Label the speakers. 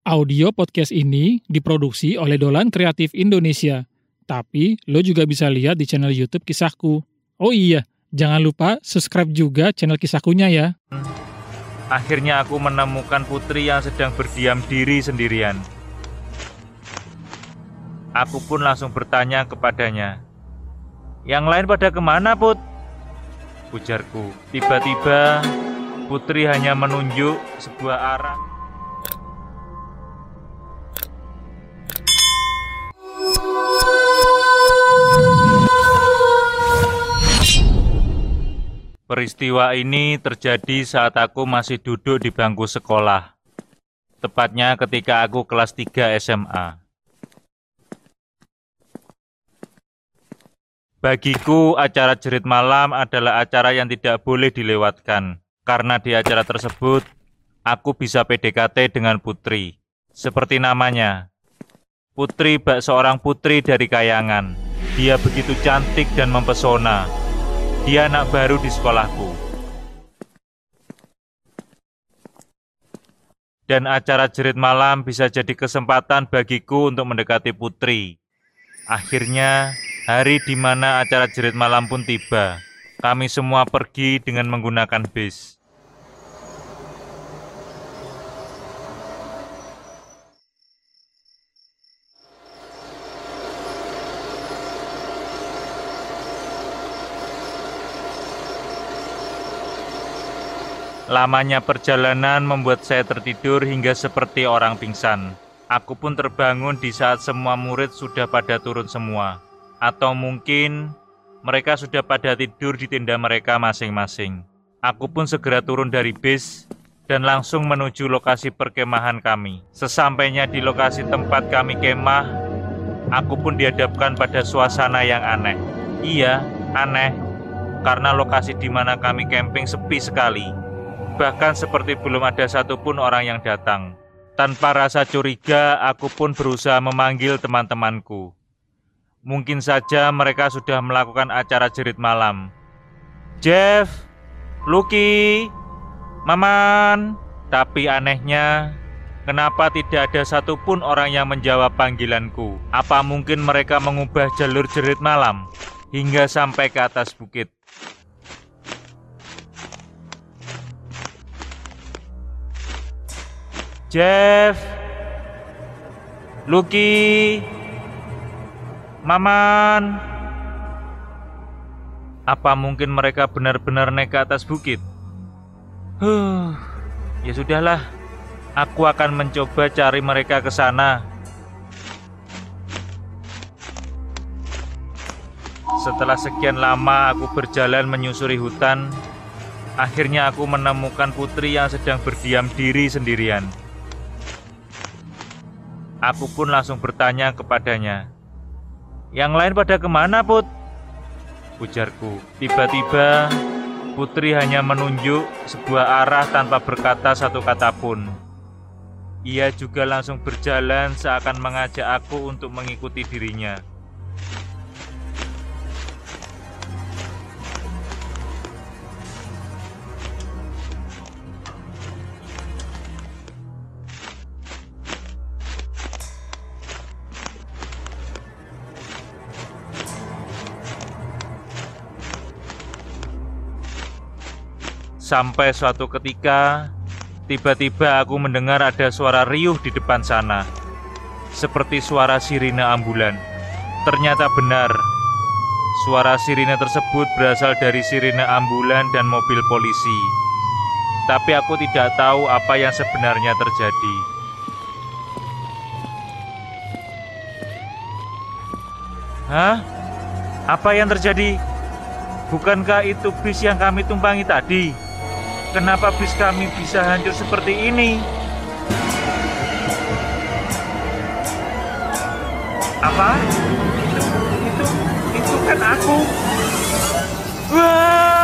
Speaker 1: Audio podcast ini diproduksi oleh Dolan Kreatif Indonesia. Tapi lo juga bisa lihat di channel YouTube Kisahku. Oh iya, jangan lupa subscribe juga channel Kisahkunya ya.
Speaker 2: Akhirnya aku menemukan putri yang sedang berdiam diri sendirian. Aku pun langsung bertanya kepadanya, "Yang lain pada kemana, Put?" Ujarku. Tiba-tiba putri hanya menunjuk sebuah arah. Peristiwa ini terjadi saat aku masih duduk di bangku sekolah. Tepatnya ketika aku kelas 3 SMA. Bagiku, acara jerit malam adalah acara yang tidak boleh dilewatkan. Karena di acara tersebut, aku bisa PDKT dengan putri. Seperti namanya, Putri bak seorang putri dari kayangan. Dia begitu cantik dan mempesona. Dia anak baru di sekolahku. Dan acara jerit malam bisa jadi kesempatan bagiku untuk mendekati putri. Akhirnya, hari di mana acara jerit malam pun tiba. Kami semua pergi dengan menggunakan bis. Lamanya perjalanan membuat saya tertidur hingga seperti orang pingsan. Aku pun terbangun di saat semua murid sudah pada turun semua. Atau mungkin mereka sudah pada tidur di tenda mereka masing-masing. Aku pun segera turun dari bis dan langsung menuju lokasi perkemahan kami. Sesampainya di lokasi tempat kami kemah, aku pun dihadapkan pada suasana yang aneh. Iya, aneh, karena lokasi di mana kami camping sepi sekali. Bahkan seperti belum ada satupun orang yang datang. Tanpa rasa curiga, aku pun berusaha memanggil teman-temanku. Mungkin saja mereka sudah melakukan acara jerit malam. Jeff, Lucky, Maman. Tapi anehnya, kenapa tidak ada satupun orang yang menjawab panggilanku? Apa mungkin mereka mengubah jalur jerit malam hingga sampai ke atas bukit? Jeff, Lucky, Maman. Apa mungkin mereka benar-benar naik ke atas bukit? Ya sudahlah. Aku akan mencoba cari mereka ke sana. Setelah sekian lama aku berjalan menyusuri hutan, akhirnya aku menemukan putri yang sedang berdiam diri sendirian. Aku pun langsung bertanya kepadanya, "Yang lain pada kemana, Put?" Ujarku. Tiba-tiba, putri hanya menunjuk sebuah arah tanpa berkata satu kata pun. Ia juga langsung berjalan seakan mengajak aku untuk mengikuti dirinya. Sampai suatu ketika, tiba-tiba aku mendengar ada suara riuh di depan sana. Seperti suara sirine ambulan. Ternyata benar. Suara sirine tersebut berasal dari sirine ambulan dan mobil polisi. Tapi aku tidak tahu apa yang sebenarnya terjadi. Hah? Apa yang terjadi? Bukankah itu bis yang kami tumpangi tadi? Kenapa bis kami bisa hancur seperti ini? Apa? Itu kan aku. Wah!